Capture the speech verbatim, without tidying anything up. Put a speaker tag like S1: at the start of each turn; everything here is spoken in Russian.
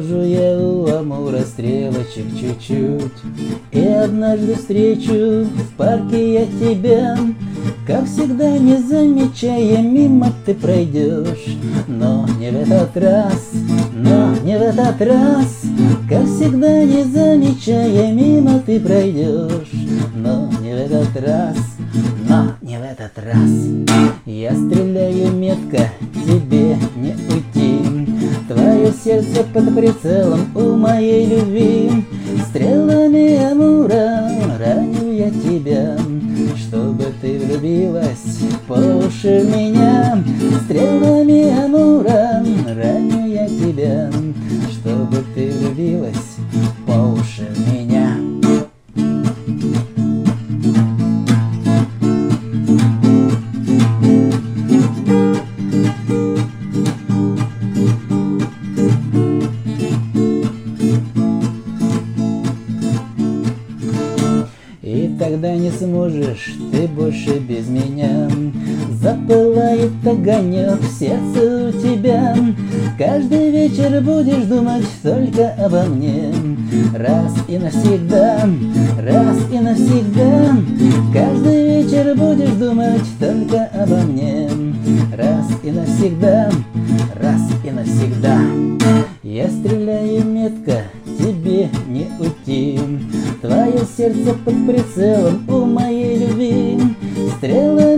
S1: Положу я у Амура стрелочек чуть-чуть, и однажды встречу в парке я тебя. Как всегда, не замечая, мимо ты пройдешь. Но не в этот раз, но не в этот раз. Как всегда, не замечая, мимо ты пройдешь. Но не в этот раз, но не в этот раз. Я стреляю метко, тебе не уйти. Твое сердце под прицелом у моей любви. Стрелами Амура раню я тебя, чтобы ты влюбилась по уши в меня. Стрелами Амура раню я тебя, чтобы ты влюбилась по уши в меня. И тогда не сможешь ты больше без меня. Запылает огонек в сердце у тебя. Каждый вечер будешь думать только обо мне. Раз и навсегда, раз и навсегда. Каждый вечер будешь думать только обо мне. Раз и навсегда, раз и навсегда. Я стреляю метко, тебе не уйти. Твое сердце под прицелом у моей любви. Стрелы